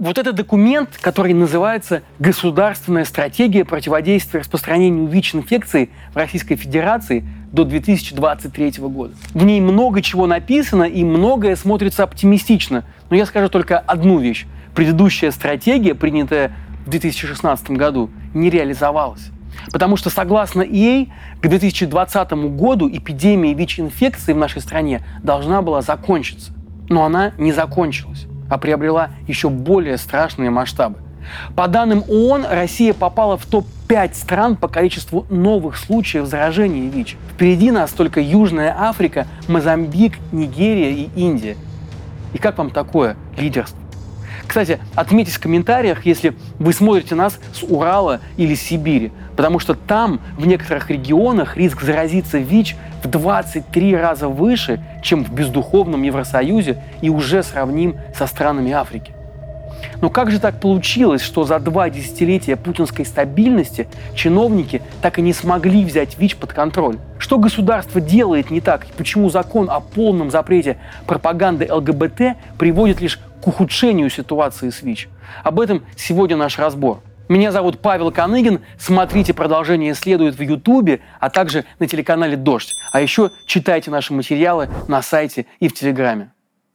Вот это документ, который называется «Государственная стратегия противодействия распространению ВИЧ-инфекции в Российской Федерации до 2023 года». В ней много чего написано, и многое смотрится оптимистично. Но я скажу только одну вещь. Предыдущая стратегия, принятая в 2016 году, не реализовалась. Потому что, согласно ей, к 2020 году эпидемия ВИЧ-инфекции в нашей стране должна была закончиться. Но она не закончилась, а приобрела еще более страшные масштабы. По данным ООН, Россия попала в топ-5 стран по количеству новых случаев заражения ВИЧ. Впереди нас только Южная Африка, Мозамбик, Нигерия и Индия. И как вам такое лидерство? Кстати, отметьтесь в комментариях, если вы смотрите нас с Урала или Сибири, потому что там, в некоторых регионах, риск заразиться ВИЧ в 23 раза выше, чем в бездуховном Евросоюзе и уже сравним со странами Африки. Но как же так получилось, что за 2 десятилетия путинской стабильности чиновники так и не смогли взять ВИЧ под контроль? Что государство делает не так? И почему закон о полном запрете пропаганды ЛГБТ приводит лишь к ухудшению ситуации с ВИЧ? Об этом сегодня наш разбор. Меня зовут Павел Коныгин. Смотрите продолжение «Следует» в Ютубе, а также на телеканале «Дождь». А еще читайте наши материалы на сайте и в Телеграме.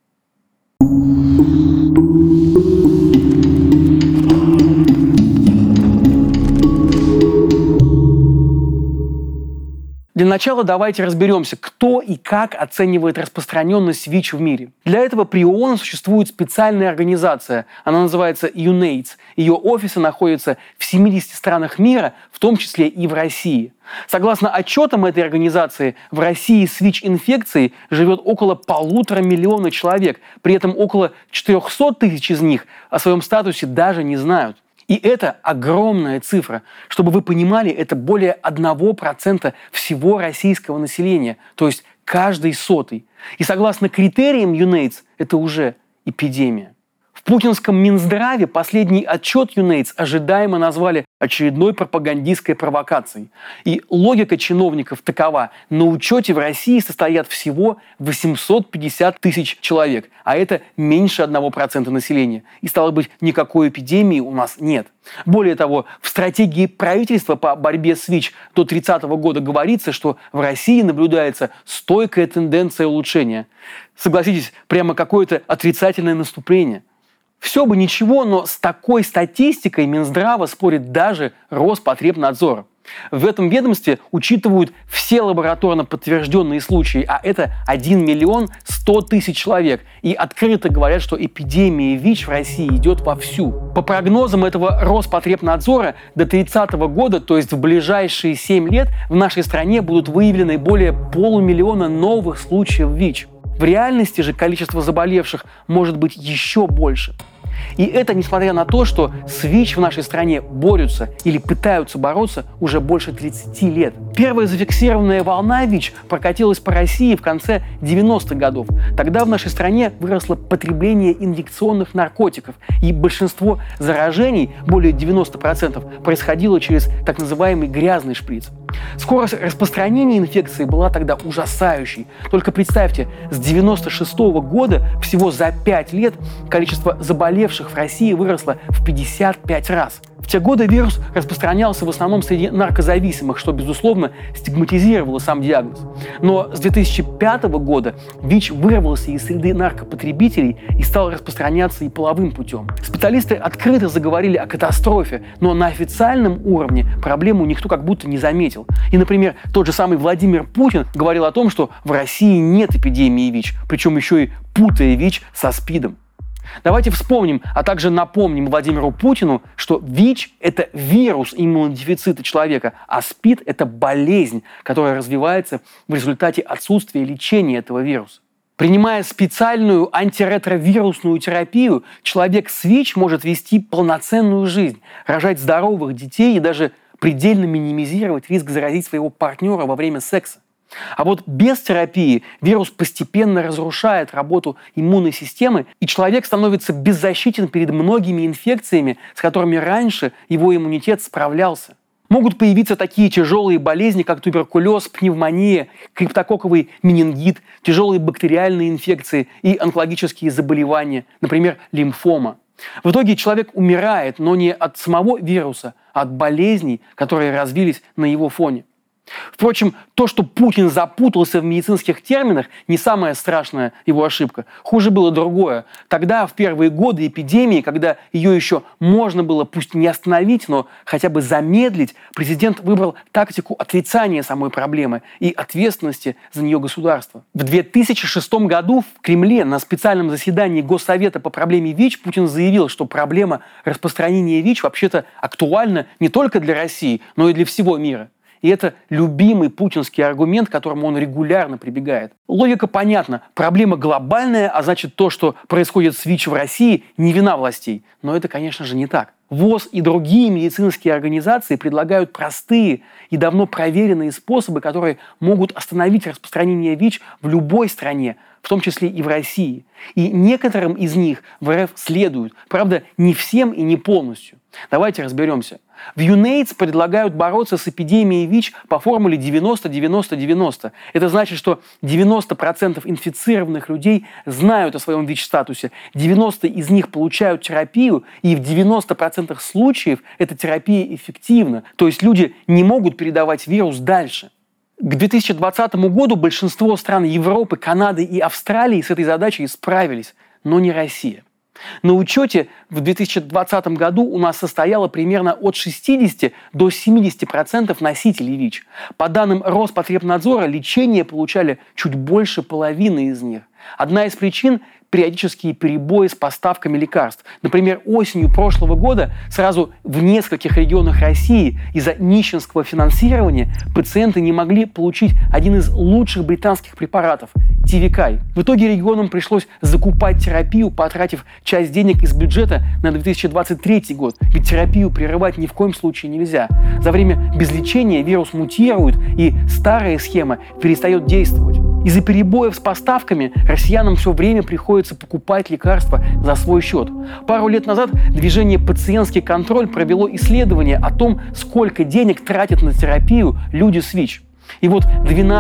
Для начала давайте разберемся, кто и как оценивает распространенность ВИЧ в мире. Для этого при ООН существует специальная организация, она называется UNAIDS. Ее офисы находятся в 70 странах мира, в том числе и в России. Согласно отчетам этой организации, в России с ВИЧ-инфекцией живет около 1,5 миллиона человек, при этом около 400 тысяч из них о своем статусе даже не знают. И это огромная цифра. Чтобы вы понимали, это более 1% всего российского населения, то есть каждый 100-й. И согласно критериям UNAIDS, это уже эпидемия. В путинском Минздраве последний отчет UNAIDS ожидаемо назвали очередной пропагандистской провокацией. И логика чиновников такова. На учете в России состоят всего 850 тысяч человек, а это меньше 1% населения. И, стало быть, никакой эпидемии у нас нет. Более того, в стратегии правительства по борьбе с ВИЧ до 30 года говорится, что в России наблюдается стойкая тенденция улучшения. Согласитесь, прямо какое-то отрицательное наступление. Все бы ничего, но с такой статистикой Минздрава спорит даже Роспотребнадзор. В этом ведомстве учитывают все лабораторно подтвержденные случаи, а это 1 миллион 100 тысяч человек. И открыто говорят, что эпидемия ВИЧ в России идет вовсю. По прогнозам этого Роспотребнадзора, до 30 года, то есть в ближайшие 7 лет, в нашей стране будут выявлены более 500 000 новых случаев ВИЧ. В реальности же количество заболевших может быть еще больше. И это несмотря на то, что с ВИЧ в нашей стране борются или пытаются бороться уже больше 30 лет. Первая зафиксированная волна ВИЧ прокатилась по России в конце 90-х годов. Тогда в нашей стране выросло потребление инъекционных наркотиков, и большинство заражений, более 90%, происходило через так называемый грязный шприц. Скорость распространения инфекции была тогда ужасающей. Только представьте, с 96 года всего за 5 лет количество заболевших в России выросло в 55 раз. В те годы вирус распространялся в основном среди наркозависимых, что, безусловно, стигматизировало сам диагноз. Но с 2005 года ВИЧ вырвался из среды наркопотребителей и стал распространяться и половым путем. Специалисты открыто заговорили о катастрофе, но на официальном уровне проблему никто как будто не заметил. И, например, тот же самый Владимир Путин говорил о том, что в России нет эпидемии ВИЧ, причем еще и путая ВИЧ со СПИДом. Давайте вспомним, а также напомним Владимиру Путину, что ВИЧ – это вирус иммунодефицита человека, а СПИД – это болезнь, которая развивается в результате отсутствия лечения этого вируса. Принимая специальную антиретровирусную терапию, человек с ВИЧ может вести полноценную жизнь, рожать здоровых детей и даже предельно минимизировать риск заразить своего партнера во время секса. А вот без терапии вирус постепенно разрушает работу иммунной системы, и человек становится беззащитен перед многими инфекциями, с которыми раньше его иммунитет справлялся. Могут появиться такие тяжелые болезни, как туберкулез, пневмония, криптококковый менингит, тяжелые бактериальные инфекции и онкологические заболевания, например, лимфома. В итоге человек умирает, но не от самого вируса, а от болезней, которые развились на его фоне. Впрочем, то, что Путин запутался в медицинских терминах, не самая страшная его ошибка. Хуже было другое. Тогда, в первые годы эпидемии, когда ее еще можно было, пусть не остановить, но хотя бы замедлить, президент выбрал тактику отрицания самой проблемы и ответственности за нее государства. В 2006 году в Кремле на специальном заседании Госсовета по проблеме ВИЧ Путин заявил, что проблема распространения ВИЧ вообще-то актуальна не только для России, но и для всего мира. И это любимый путинский аргумент, к которому он регулярно прибегает. Логика понятна. Проблема глобальная, а значит то, что происходит с ВИЧ в России, не вина властей. Но это, конечно же, не так. ВОЗ и другие медицинские организации предлагают простые и давно проверенные способы, которые могут остановить распространение ВИЧ в любой стране, в том числе и в России. И некоторым из них в РФ следуют. Правда, не всем и не полностью. Давайте разберемся. В UNAIDS предлагают бороться с эпидемией ВИЧ по формуле 90-90-90. Это значит, что 90% инфицированных людей знают о своем ВИЧ-статусе, 90% из них получают терапию, и в 90% случаев эта терапия эффективна. То есть люди не могут передавать вирус дальше. К 2020 году большинство стран Европы, Канады и Австралии с этой задачей справились, но не Россия. На учете в 2020 году у нас состояло примерно от 60 до 70% носителей ВИЧ. По данным Роспотребнадзора, лечение получали чуть больше половины из них. Одна из причин – периодические перебои с поставками лекарств. Например, осенью прошлого года сразу в нескольких регионах России из-за нищенского финансирования пациенты не могли получить один из лучших британских препаратов – Тивикай. В итоге регионам пришлось закупать терапию, потратив часть денег из бюджета на 2023 год. Ведь терапию прерывать ни в коем случае нельзя. За время без лечения вирус мутирует, и старая схема перестает действовать. Из-за перебоев с поставками россиянам все время приходится покупать лекарства за свой счет. Пару лет назад движение «Пациентский контроль» провело исследование о том, сколько денег тратят на терапию люди с ВИЧ. И вот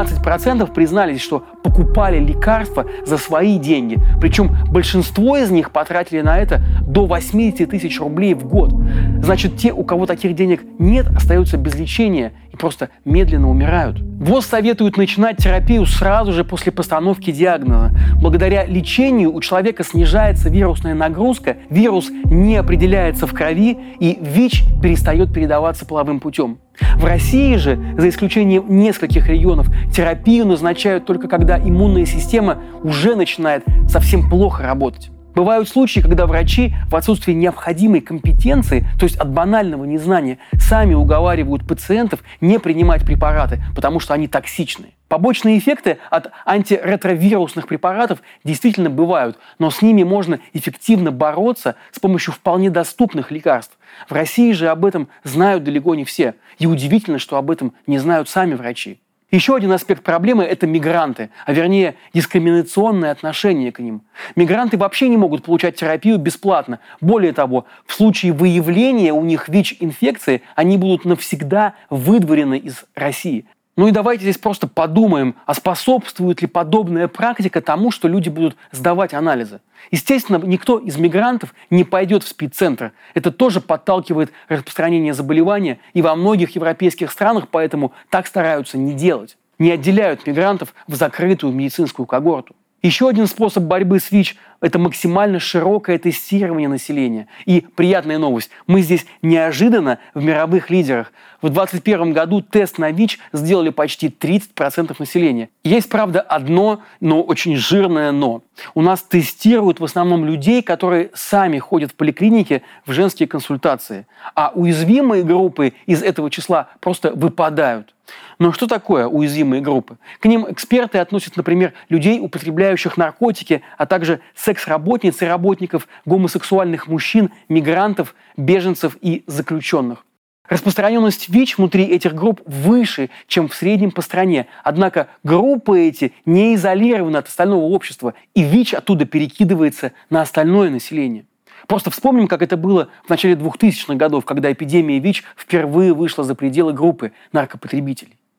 12% признались, что покупали лекарства за свои деньги. Причем большинство из них потратили на это до 80 тысяч рублей в год. Значит, те, у кого таких денег нет, остаются без лечения и просто медленно умирают. ВОЗ советует начинать терапию сразу же после постановки диагноза. Благодаря лечению у человека снижается вирусная нагрузка, вирус не определяется в крови, и ВИЧ перестает передаваться половым путем. В России же, за исключением нескольких регионов, терапию назначают только когда иммунная система уже начинает совсем плохо работать. Бывают случаи, когда врачи в отсутствии необходимой компетенции, то есть от банального незнания, сами уговаривают пациентов не принимать препараты, потому что они токсичны. Побочные эффекты от антиретровирусных препаратов действительно бывают, но с ними можно эффективно бороться с помощью вполне доступных лекарств. В России же об этом знают далеко не все. И удивительно, что об этом не знают сами врачи. Еще один аспект проблемы – это мигранты, а вернее дискриминационное отношение к ним. Мигранты вообще не могут получать терапию бесплатно. Более того, в случае выявления у них ВИЧ-инфекции они будут навсегда выдворены из России. Ну и давайте здесь просто подумаем, а способствует ли подобная практика тому, что люди будут сдавать анализы. Естественно, никто из мигрантов не пойдет в СПИД-центр. Это тоже подталкивает распространение заболевания, и во многих европейских странах поэтому так стараются не делать. Не отделяют мигрантов в закрытую медицинскую когорту. Еще один способ борьбы с ВИЧ – это максимально широкое тестирование населения. И приятная новость – мы здесь неожиданно в мировых лидерах. В 2021 году тест на ВИЧ сделали почти 30% населения. Есть, правда, одно, но очень жирное «но». У нас тестируют в основном людей, которые сами ходят в поликлинике в женские консультации. А уязвимые группы из этого числа просто выпадают. Но что такое уязвимые группы? К ним эксперты относят, например, людей, употребляющих наркотики, а также секс-работниц и работников, гомосексуальных мужчин, мигрантов, беженцев и заключенных. Распространенность ВИЧ внутри этих групп выше, чем в среднем по стране. Однако группы эти не изолированы от остального общества, и ВИЧ оттуда перекидывается на остальное население. Просто вспомним, как это было в начале 2000-х годов, когда эпидемия ВИЧ впервые вышла за пределы группы наркопотребителей.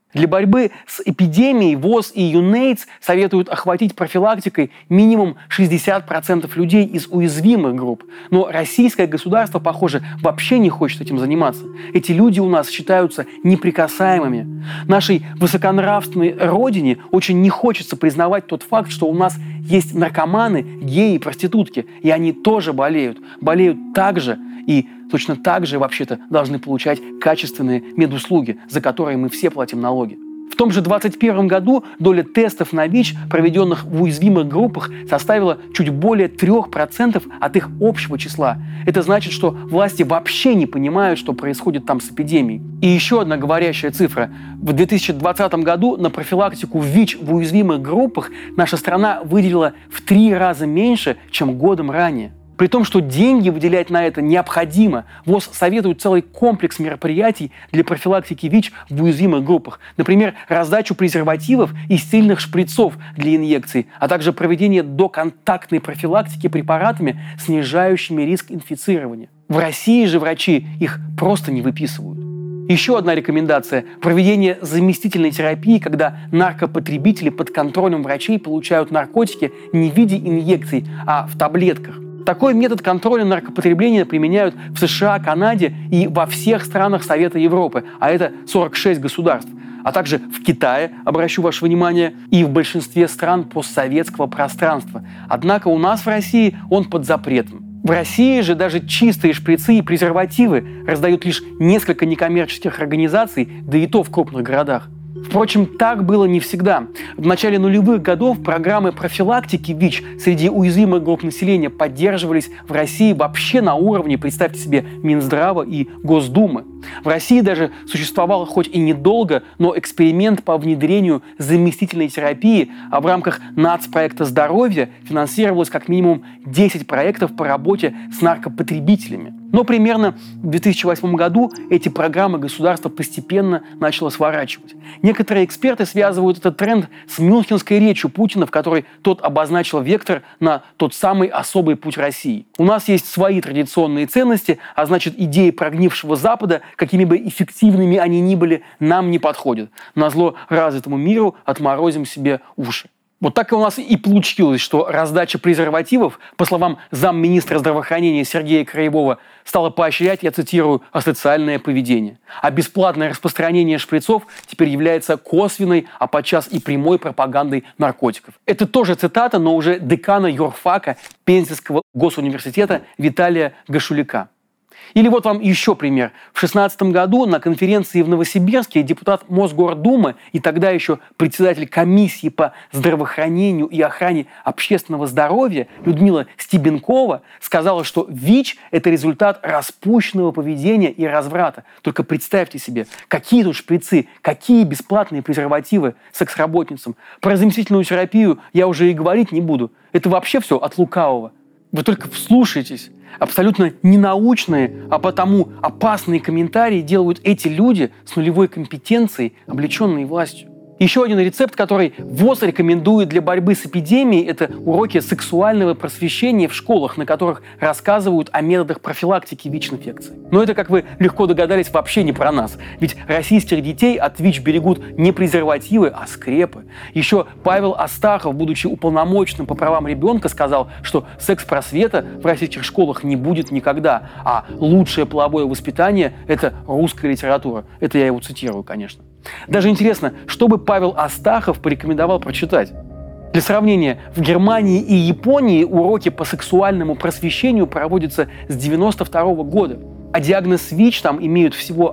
Для борьбы с эпидемией ВОЗ и ЮНЕЙДС советуют охватить профилактикой минимум 60% людей из уязвимых групп. Но российское государство, похоже, вообще не хочет этим заниматься. Эти люди у нас считаются неприкасаемыми. Нашей высоконравственной родине очень не хочется признавать тот факт, что у нас есть наркоманы, геи и проститутки, и они тоже болеют. Болеют так же и точно так же, вообще-то, должны получать качественные медуслуги, за которые мы все платим налоги. В том же 2021 году доля тестов на ВИЧ, проведенных в уязвимых группах, составила чуть более 3% от их общего числа. Это значит, что власти вообще не понимают, что происходит там с эпидемией. И еще одна говорящая цифра. В 2020 году на профилактику ВИЧ в уязвимых группах наша страна выделила в 3 раза меньше, чем годом ранее. При том, что деньги выделять на это необходимо, ВОЗ советует целый комплекс мероприятий для профилактики ВИЧ в уязвимых группах. Например, раздачу презервативов и сильных шприцов для инъекций, а также проведение доконтактной профилактики препаратами, снижающими риск инфицирования. В России же врачи их просто не выписывают. Еще одна рекомендация – проведение заместительной терапии, когда наркопотребители под контролем врачей получают наркотики не в виде инъекций, а в таблетках. Такой метод контроля наркопотребления применяют в США, Канаде и во всех странах Совета Европы, а это 46 государств, а также в Китае, обращу ваше внимание, и в большинстве стран постсоветского пространства. Однако у нас в России он под запретом. В России же даже чистые шприцы и презервативы раздают лишь несколько некоммерческих организаций, да и то в крупных городах. Впрочем, так было не всегда. В начале нулевых годов программы профилактики ВИЧ среди уязвимых групп населения поддерживались в России вообще на уровне, представьте себе, Минздрава и Госдумы. В России даже существовал хоть и недолго, но эксперимент по внедрению заместительной терапии, а в рамках нацпроекта «Здоровье» финансировалось как минимум 10 проектов по работе с наркопотребителями. Но примерно в 2008 году эти программы государство постепенно начало сворачивать. Некоторые эксперты связывают этот тренд с мюнхенской речью Путина, в которой тот обозначил вектор на тот самый особый путь России. У нас есть свои традиционные ценности, а значит, идеи прогнившего Запада, какими бы эффективными они ни были, нам не подходят. Назло развитому миру отморозим себе уши. Вот так и у нас и получилось, что раздача презервативов, по словам замминистра здравоохранения Сергея Краевого, стала поощрять, я цитирую, асоциальное поведение. А бесплатное распространение шприцов теперь является косвенной, а подчас и прямой пропагандой наркотиков. Это тоже цитата, но уже декана юрфака Пензенского госуниверситета Виталия Гашулика. Или вот вам еще пример. В 2016 году на конференции в Новосибирске депутат Мосгордумы и тогда еще председатель комиссии по здравоохранению и охране общественного здоровья Людмила Стебенкова сказала, что ВИЧ – это результат распущенного поведения и разврата. Только представьте себе, какие тут шприцы, какие бесплатные презервативы секс-работницам. Про заместительную терапию я уже и говорить не буду. Это вообще все от лукавого. Вы только вслушайтесь. Абсолютно ненаучные, а потому опасные комментарии делают эти люди с нулевой компетенцией, облеченные властью. Еще один рецепт, который ВОЗ рекомендует для борьбы с эпидемией, это уроки сексуального просвещения в школах, на которых рассказывают о методах профилактики ВИЧ-инфекции. Но это, как вы легко догадались, вообще не про нас. Ведь российских детей от ВИЧ берегут не презервативы, а скрепы. Еще Павел Астахов, будучи уполномоченным по правам ребенка, сказал, что секс-просвета в российских школах не будет никогда, а лучшее половое воспитание – это русская литература. Это я его цитирую, конечно. Даже интересно, что бы Павел Астахов порекомендовал прочитать. Для сравнения, в Германии и Японии уроки по сексуальному просвещению проводятся с 1992 года, а диагноз ВИЧ там имеют всего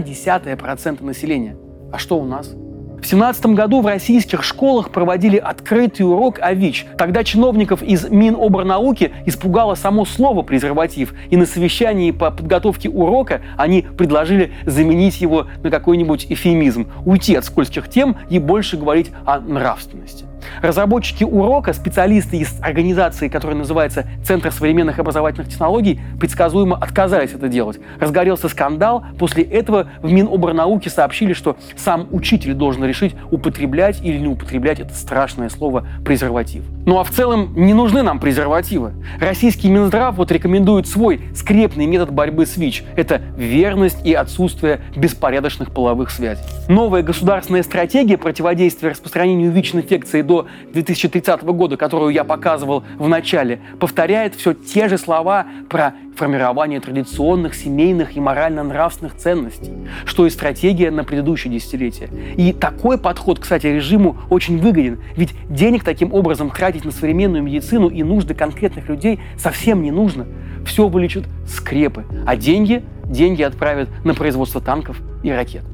0,1% населения. А что у нас? В 2017 году в российских школах проводили открытый урок о ВИЧ. Тогда чиновников из Миноборнауки испугало само слово «презерватив», и на совещании по подготовке урока они предложили заменить его на какой-нибудь эвфемизм, уйти от скользких тем и больше говорить о нравственности. Разработчики урока, специалисты из организации, которая называется Центр современных образовательных технологий, предсказуемо отказались это делать. Разгорелся скандал. После этого в Минобрнауки сообщили, что сам учитель должен решить, употреблять или не употреблять это страшное слово «презерватив». Ну а в целом не нужны нам презервативы. Российский Минздрав рекомендует свой скрепный метод борьбы с ВИЧ. Это верность и отсутствие беспорядочных половых связей. Новая государственная стратегия противодействия распространению ВИЧ-инфекции до 2030 года, которую я показывал в начале, повторяет все те же слова про формирование традиционных, семейных и морально-нравственных ценностей, что и стратегия на предыдущие десятилетия. И такой подход, кстати, режиму очень выгоден, ведь денег таким образом тратить на современную медицину и нужды конкретных людей совсем не нужно. Все вылечат скрепы, а деньги отправят на производство танков и ракет.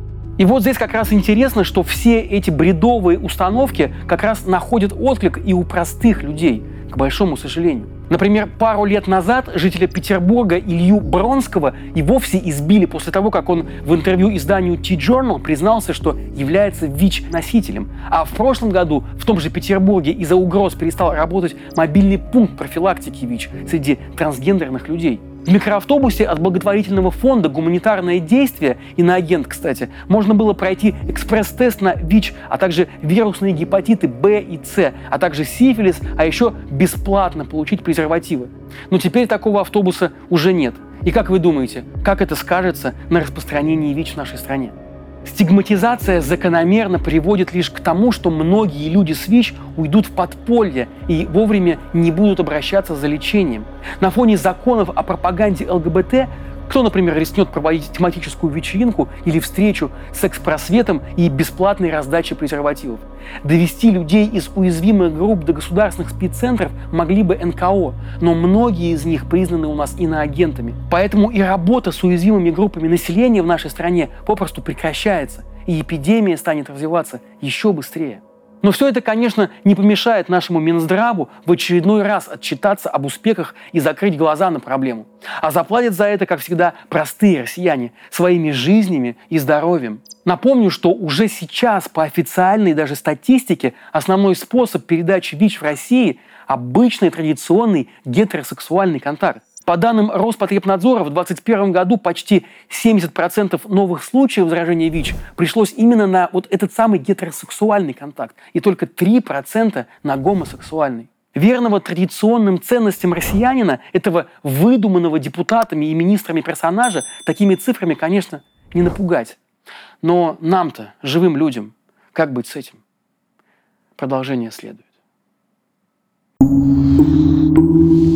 И вот здесь как раз интересно, что все эти бредовые установки как раз находят отклик и у простых людей, к большому сожалению. Например, пару лет назад жителя Петербурга Илью Бронского и вовсе избили после того, как он в интервью изданию T-Journal признался, что является ВИЧ-носителем. А в прошлом году в том же Петербурге из-за угроз перестал работать мобильный пункт профилактики ВИЧ среди трансгендерных людей. В микроавтобусе от благотворительного фонда «Гуманитарное действие», иноагент, кстати, можно было пройти экспресс-тест на ВИЧ, а также вирусные гепатиты Б и С, а также сифилис, а еще бесплатно получить презервативы. Но теперь такого автобуса уже нет. И как вы думаете, как это скажется на распространении ВИЧ в нашей стране? Стигматизация закономерно приводит лишь к тому, что многие люди с ВИЧ уйдут в подполье и вовремя не будут обращаться за лечением. На фоне законов о пропаганде ЛГБТ кто, например, рискнет проводить тематическую вечеринку или встречу с секс-просветом и бесплатной раздачей презервативов? Довести людей из уязвимых групп до государственных спеццентров могли бы НКО, но многие из них признаны у нас иноагентами. Поэтому и работа с уязвимыми группами населения в нашей стране попросту прекращается, и эпидемия станет развиваться еще быстрее. Но все это, конечно, не помешает нашему Минздраву в очередной раз отчитаться об успехах и закрыть глаза на проблему. А заплатят за это, как всегда, простые россияне своими жизнями и здоровьем. Напомню, что уже сейчас по официальной даже статистике основной способ передачи ВИЧ в России – обычный традиционный гетеросексуальный контакт. По данным Роспотребнадзора, в 2021 году почти 70% новых случаев заражения ВИЧ пришлось именно на этот самый гетеросексуальный контакт, и только 3% на гомосексуальный. Верного традиционным ценностям россиянина, этого выдуманного депутатами и министрами персонажа, такими цифрами, конечно, не напугать. Но нам-то, живым людям, как быть с этим? Продолжение следует.